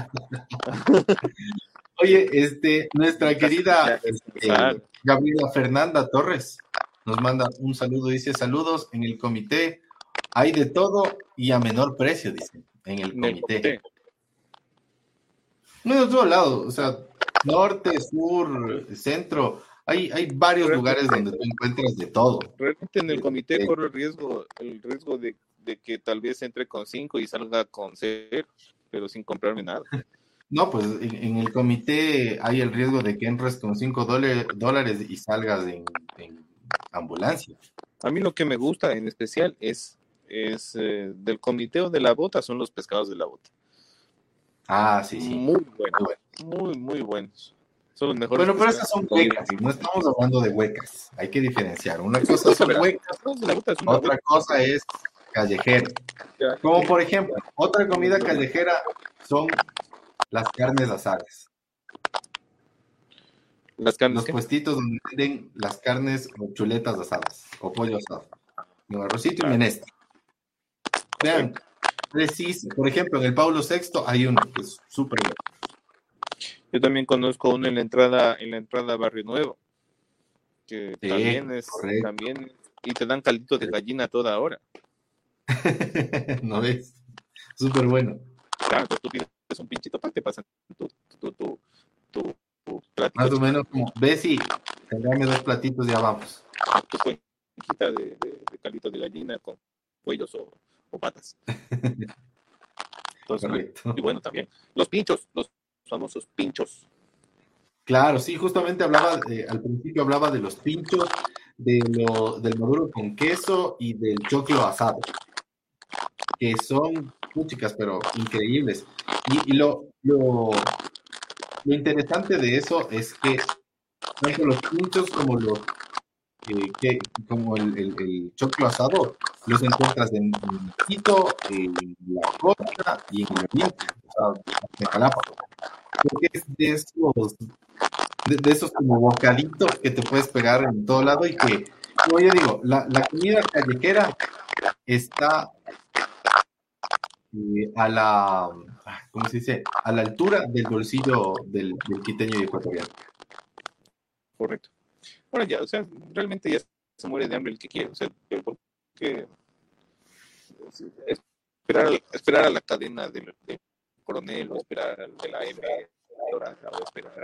Oye, nuestra querida Gabriela Fernanda Torres nos manda un saludo, dice saludos en el comité, hay de todo y a menor precio, dice, en el
En el
comité.
comité.
No, de todo lado, o sea, norte, sur, centro, hay varios lugares donde tú encuentras de todo.
Realmente en el comité corre el riesgo de que tal vez entre con 5 y salga con 0, pero sin comprarme nada.
No, pues en el comité hay el riesgo de que entres con $5 y salgas en ambulancia.
A mí lo que me gusta en especial es del comité o de la bota, son los pescados de la bota.
Ah, sí, sí.
Muy buenos,
Muy bueno.
muy buenos. Son los mejores
Bueno, pero
pescados.
esas son huecas, no estamos hablando de huecas. Hay que diferenciar. Una
Es
cosa
cosa,
son
¿verdad?
huecas,
Pescados de la bota es una
otra
hueca.
cosa es callejero. Como por ejemplo, otra comida callejera son las carnes asadas.
Las carnes
Los
que
puestitos donde venden las carnes o chuletas asadas o pollo asado. Un arrocito y
Claro.
menestra. Vean, preciso. Por ejemplo, en el Paulo VI hay uno que es súper bueno.
Yo también conozco uno en la entrada a Barrio Nuevo, que
Sí,
también, y te dan caldito de gallina a toda hora.
¿No ves? Súper bueno.
Claro, pues tú pides un pinchito para te pasan tu platito
Más o menos como, Bessie, tráeme 2 platitos y ya vamos.
tu cuenquita de caldito de gallina con pollos o patas. Entonces,
Correcto.
y bueno, también los pinchos, los famosos pinchos.
Claro, sí, justamente hablaba, al principio hablaba de los pinchos, del maduro con queso y del choclo asado, que son chicas, pero increíbles. Y lo interesante de eso es que tanto los pinchos como como el choclo asado los encuentras en Quito, en la costa y en el oriente, o sea, en Galápagos. Porque es de esos como bocaditos que te puedes pegar en todo lado y que, como yo digo, la comida callejera está ¿cómo se dice? A la altura del bolsillo del quiteño y ecuatoriano.
Correcto. Ahora ya, o sea, realmente ya se muere de hambre el que quiere, o sea, porque esperar a la cadena del coronel, o esperar al de la M Dorada, o esperar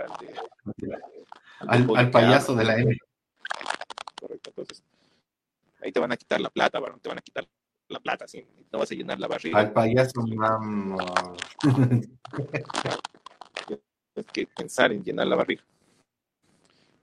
Al payaso de la M.
Correcto, entonces ahí te van a quitar la plata, varón, te van a quitar la plata, ¿sí? No vas a llenar la barriga.
Al payaso, mamá.
Tienes que pensar en llenar la barriga.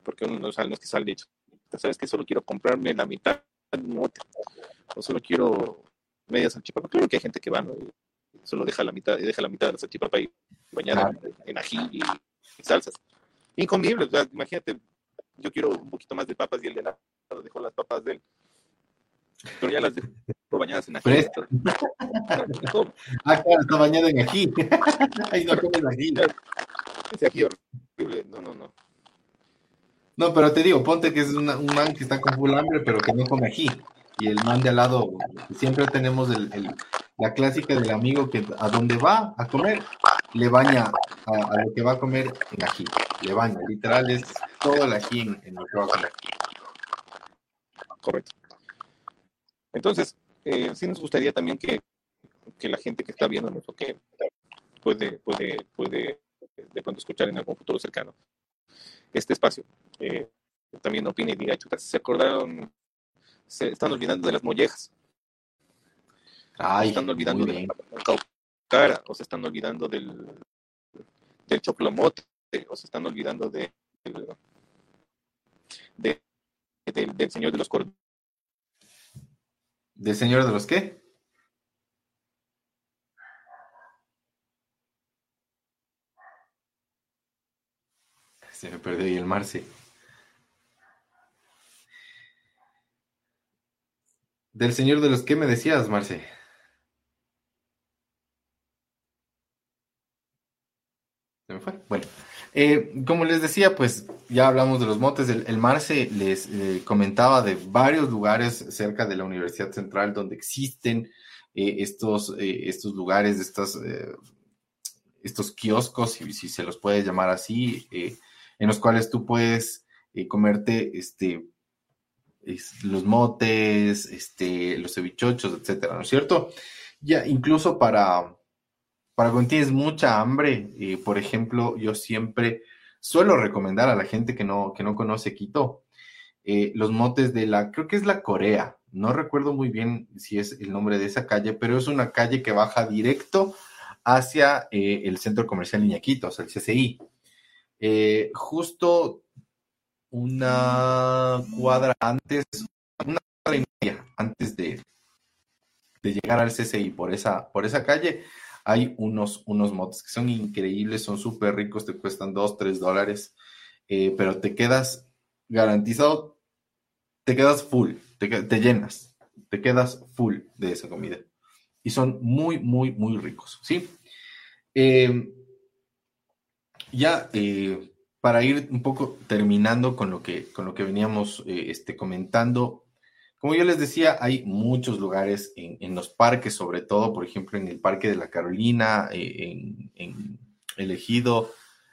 porque uno no sabe, no es que sale hecho. ¿Sabes que solo quiero comprarme la mitad de un mote? O solo quiero media salchipapa. Claro que hay gente que va, ¿no? Y solo deja la mitad de la salchipapa ahí bañada
Claro.
en ají y salsas. Incomible, o sea, imagínate, yo quiero un poquito más de papas y el de la dejó las papas de él, pero ya las dejó bañadas en ají.
Fresco. Claro, está bañado en ají. Ahí no comes ají.
Ese ají horrible, no, no, no.
No, pero te digo, ponte que es un man que está con full hambre, pero que no come ají. Y el man de al lado, siempre tenemos la clásica del amigo que a donde va a comer, le baña a lo que va a comer en ají. Le baña, literal, es todo el ají en lo que va a comer.
Correcto. Entonces, sí nos gustaría también que la gente que está viéndonos o que puede de pronto escuchar en algún futuro cercano este espacio, también opine y diga, chuta, ¿se acordaron? Se están olvidando de las mollejas, o se están
Ay, muy
olvidando de la
bien.
caucara, o se están olvidando del choclomote, o se están olvidando de- del señor de los cordones.
¿Del señor de los qué? Se me perdió ahí el Marce. ¿Del señor de los qué me decías, Marce? ¿Se me fue? Bueno, como les decía, pues ya hablamos de los motes. El Marce les comentaba de varios lugares cerca de la Universidad Central donde existen estos lugares, estos kioscos, si se los puede llamar así, en los cuales tú puedes comerte los motes, los cevichochos, etcétera, ¿no es cierto? Ya incluso para cuando tienes mucha hambre, por ejemplo, yo siempre suelo recomendar a la gente que no conoce Quito, los motes creo que es la Corea, no recuerdo muy bien si es el nombre de esa calle, pero es una calle que baja directo hacia el Centro Comercial Iñaquito, o sea, el CCI. Justo una cuadra antes, una cuadra y media antes de llegar al CCI por esa calle, hay unos motes que son increíbles, son súper ricos, te cuestan $2, $3, pero te quedas garantizado, te quedas full, te llenas, te quedas full de esa comida. Y son muy, muy, muy ricos, ¿sí? Eh, ya para ir un poco terminando con lo que veníamos comentando, como yo les decía, hay muchos lugares en los parques, sobre todo, por ejemplo, en el Parque de la Carolina, en el Ejido,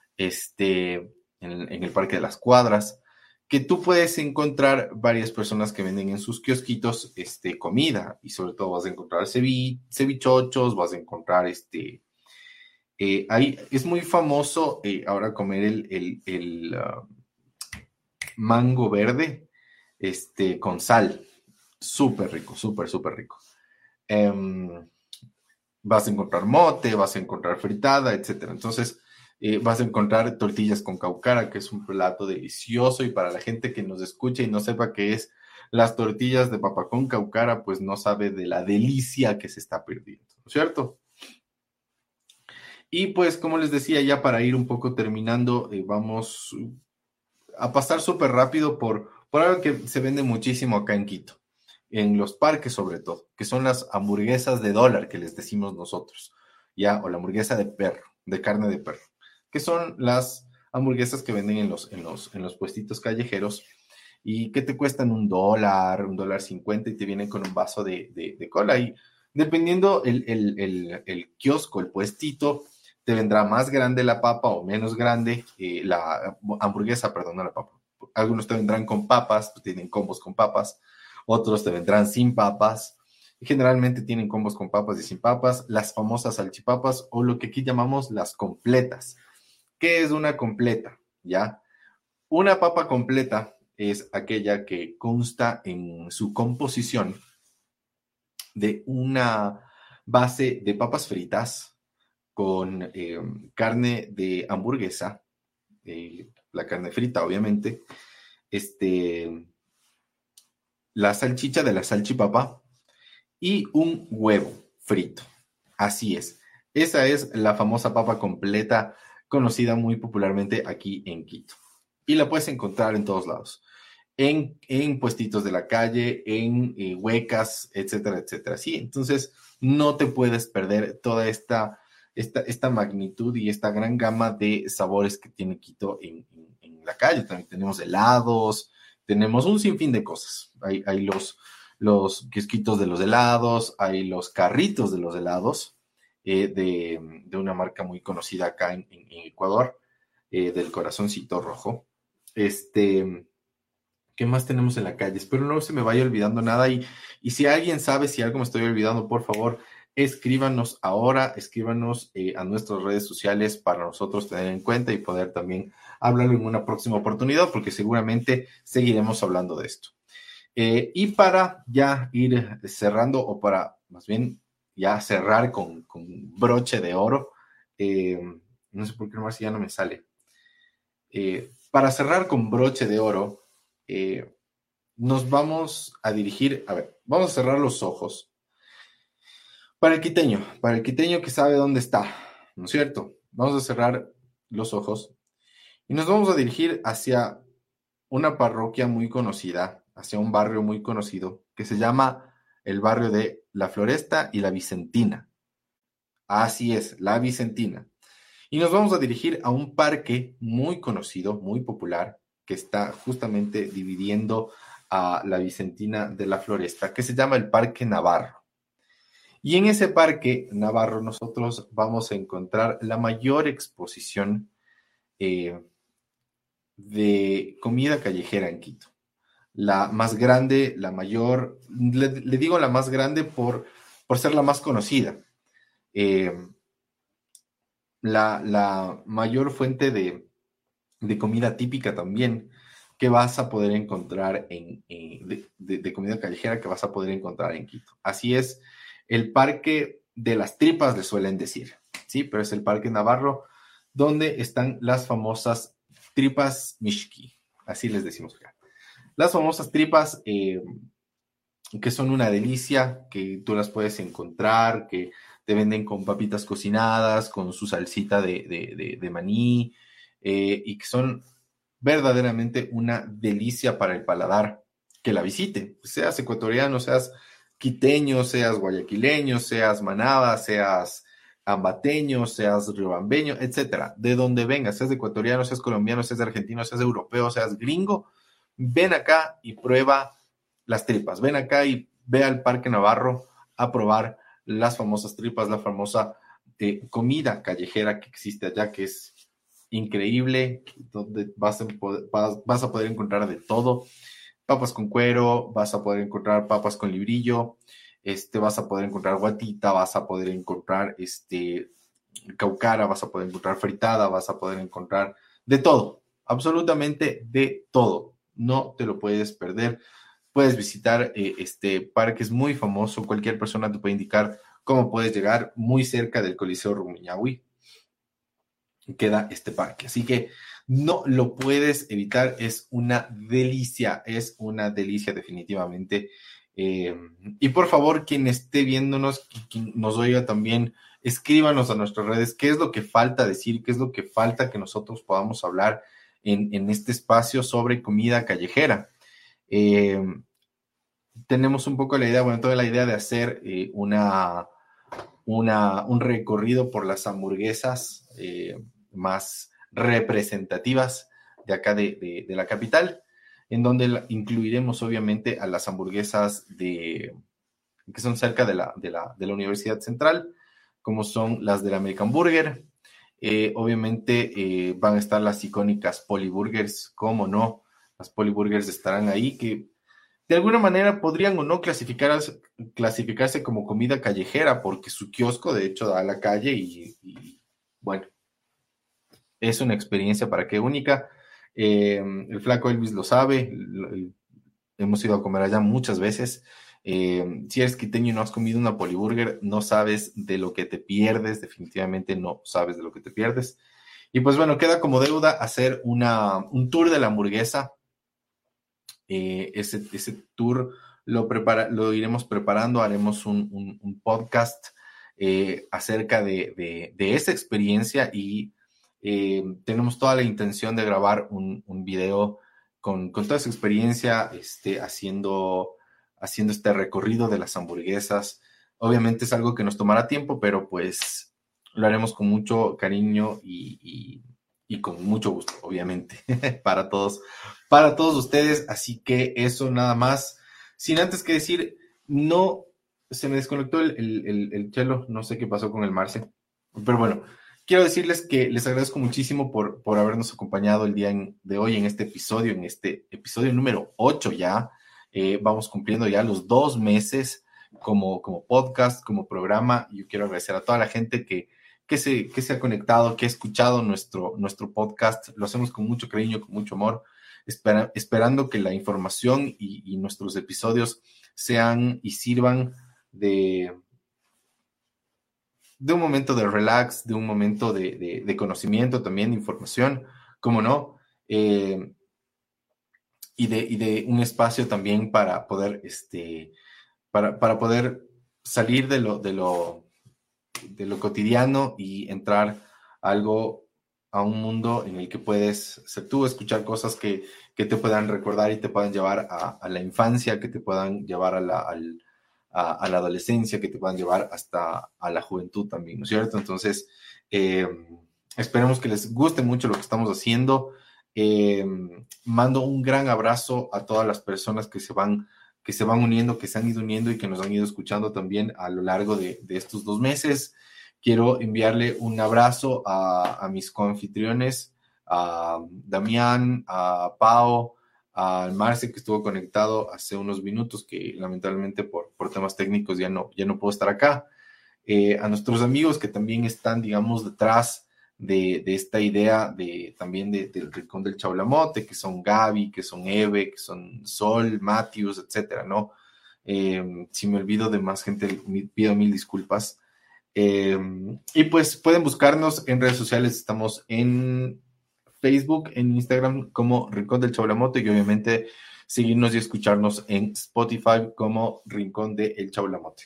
en el Parque de las Cuadras, que tú puedes encontrar varias personas que venden en sus kiosquitos comida, y sobre todo vas a encontrar cevichochos, vas a encontrar ahí es muy famoso ahora comer el mango verde con sal. Súper rico, súper, súper rico. Vas a encontrar mote, vas a encontrar fritada, etcétera. Entonces, vas a encontrar tortillas con caucara, que es un plato delicioso. Y para la gente que nos escuche y no sepa qué es las tortillas de papa con caucara, pues no sabe de la delicia que se está perdiendo, ¿no es cierto? Y pues, como les decía, ya para ir un poco terminando, vamos a pasar súper rápido por algo que se vende muchísimo acá en Quito, en los parques sobre todo, que son las hamburguesas de dólar que les decimos nosotros, ya, o la hamburguesa de perro, de carne de perro, que son las hamburguesas que venden en los puestitos callejeros y que te cuestan $1, $1.50 y te vienen con un vaso de cola. Y dependiendo el kiosco, el puestito, te vendrá más grande la papa o menos grande la hamburguesa, perdón, no la papa. Algunos te vendrán con papas, pues tienen combos con papas, otros te vendrán sin papas. Generalmente tienen combos con papas y sin papas, las famosas salchipapas o lo que aquí llamamos las completas. ¿Qué es una completa? ¿Ya? Una papa completa es aquella que consta en su composición de una base de papas fritas con carne de hamburguesa, la carne frita, obviamente, la salchicha de la salchipapa y un huevo frito. Así es. Esa es la famosa papa completa, conocida muy popularmente aquí en Quito. Y la puedes encontrar en todos lados. En puestitos de la calle, en huecas, etcétera, etcétera. Sí, entonces no te puedes perder toda esta magnitud y esta gran gama de sabores que tiene Quito en la calle. También tenemos helados, tenemos un sinfín de cosas. Hay los kiosquitos de los helados, hay los carritos de los helados, de una marca muy conocida acá en Ecuador, del Corazoncito Rojo. ¿Qué más tenemos en la calle? Espero no se me vaya olvidando nada y si alguien sabe si algo me estoy olvidando, por favor, escríbanos ahora, escríbanos a nuestras redes sociales para nosotros tener en cuenta y poder también hablarlo en una próxima oportunidad, porque seguramente seguiremos hablando de esto. Y para ya ir cerrando, o para más bien ya cerrar con broche de oro, no sé por qué nomás ya no me sale. Para cerrar con broche de oro, nos vamos a dirigir, a ver, vamos a cerrar los ojos. Para el quiteño que sabe dónde está, ¿no es cierto? Vamos a cerrar los ojos y nos vamos a dirigir hacia una parroquia muy conocida, hacia un barrio muy conocido, que se llama el barrio de La Floresta y La Vicentina. Así es, La Vicentina. Y nos vamos a dirigir a un parque muy conocido, muy popular, que está justamente dividiendo a La Vicentina de La Floresta, que se llama el Parque Navarro. Y en ese Parque Navarro nosotros vamos a encontrar la mayor exposición de comida callejera en Quito. La más grande, la mayor, le digo la más grande por ser la más conocida. La mayor fuente de comida típica también que vas a poder encontrar de comida callejera que vas a poder encontrar en Quito. Así es, el Parque de las Tripas le suelen decir, ¿sí? Pero es el Parque Navarro donde están las famosas tripas mishki, así les decimos acá. Las famosas tripas que son una delicia, que tú las puedes encontrar, que te venden con papitas cocinadas, con su salsita de maní, y que son verdaderamente una delicia para el paladar que la visite. Seas ecuatoriano, seas quiteño, seas guayaquileño, seas manaba, seas ambateño, seas riobambeño, etcétera. De donde vengas, seas ecuatoriano, seas colombiano, seas argentino, seas europeo, seas gringo, ven acá y prueba las tripas. Ven acá y ve al Parque Navarro a probar las famosas tripas, la famosa comida callejera que existe allá, que es increíble, donde vas a poder encontrar de todo. Papas con cuero, vas a poder encontrar papas con librillo, vas a poder encontrar guatita, vas a poder encontrar caucara, vas a poder encontrar fritada, vas a poder encontrar de todo, absolutamente de todo. No te lo puedes perder. Puedes visitar este parque, es muy famoso. Cualquier persona te puede indicar cómo puedes llegar. Muy cerca del Coliseo Rumiñahui queda este parque. Así que no lo puedes evitar. Es una delicia definitivamente. Y por favor, quien esté viéndonos, quien nos oiga también, escríbanos a nuestras redes qué es lo que falta decir, qué es lo que falta que nosotros podamos hablar en este espacio sobre comida callejera. Tenemos un poco la idea, toda la idea de hacer un recorrido por las hamburguesas más representativas de acá de la capital, en donde incluiremos obviamente a las hamburguesas que son cerca de la Universidad Central, como son las del American Burger. Obviamente van a estar las icónicas Polyburgers, cómo no, las Polyburgers estarán ahí, que de alguna manera podrían o no clasificarse como comida callejera, porque su kiosco de hecho da a la calle y bueno, es una experiencia para qué única. El flaco Elvis lo sabe, hemos ido a comer allá muchas veces. Si eres quiteño y no has comido una Polyburger, no sabes de lo que te pierdes, definitivamente no sabes de lo que te pierdes. Y pues bueno, queda como deuda hacer un tour de la hamburguesa. Ese tour lo iremos preparando, haremos un podcast acerca de esa experiencia y tenemos toda la intención de grabar un video con toda esa experiencia, haciendo este recorrido de las hamburguesas. Obviamente es algo que nos tomará tiempo, pero pues lo haremos con mucho cariño y con mucho gusto, obviamente, para todos ustedes. Así que eso nada más. Sin antes que decir, no se me desconectó el chelo, no sé qué pasó con el Marce, pero bueno, quiero decirles que les agradezco muchísimo por habernos acompañado el día de hoy en este episodio número 8 ya. Vamos cumpliendo ya los 2 meses como podcast, como programa. Yo quiero agradecer a toda la gente que se ha conectado, que ha escuchado nuestro podcast. Lo hacemos con mucho cariño, con mucho amor, esperando que la información y nuestros episodios sean y sirvan de un momento de relax, de un momento de conocimiento también, de información, como no, y de un espacio también para poder, para poder salir de lo cotidiano y entrar a un mundo en el que puedes ser tú, escuchar cosas que te puedan recordar y te puedan llevar a la infancia, que te puedan llevar a la adolescencia, que te puedan llevar hasta a la juventud también, ¿no es cierto? Entonces, esperemos que les guste mucho lo que estamos haciendo. Mando un gran abrazo a todas las personas que se van uniendo, que se han ido uniendo y que nos han ido escuchando también a lo largo de estos 2 meses. Quiero enviarle un abrazo a mis coanfitriones, a Damián, a Pau, al Marce, que estuvo conectado hace unos minutos, que lamentablemente por temas técnicos ya no puedo estar acá. A nuestros amigos que también están, digamos, detrás de esta idea también del Rincón del Chaulamote, que son Gaby, que son Eve, que son Sol, Matthews, etcétera, ¿no? Si me olvido de más gente, pido 1000 disculpas. Y pues pueden buscarnos en redes sociales. Estamos en Facebook, en Instagram como Rincón del Chaulamote, y obviamente seguirnos y escucharnos en Spotify como Rincón del Chaulamote.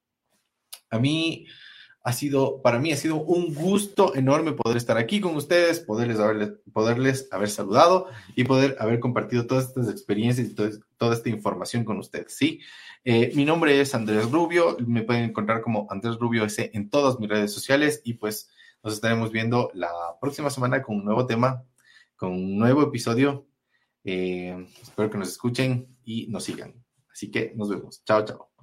Para mí ha sido un gusto enorme poder estar aquí con ustedes, poderles haber saludado y poder haber compartido todas estas experiencias y toda esta información con ustedes, ¿sí? Mi nombre es Andrés Rubio, me pueden encontrar como Andrés Rubio S en todas mis redes sociales, y pues nos estaremos viendo la próxima semana con un nuevo tema, con un nuevo episodio. Espero que nos escuchen y nos sigan. Así que nos vemos. Chao, chao.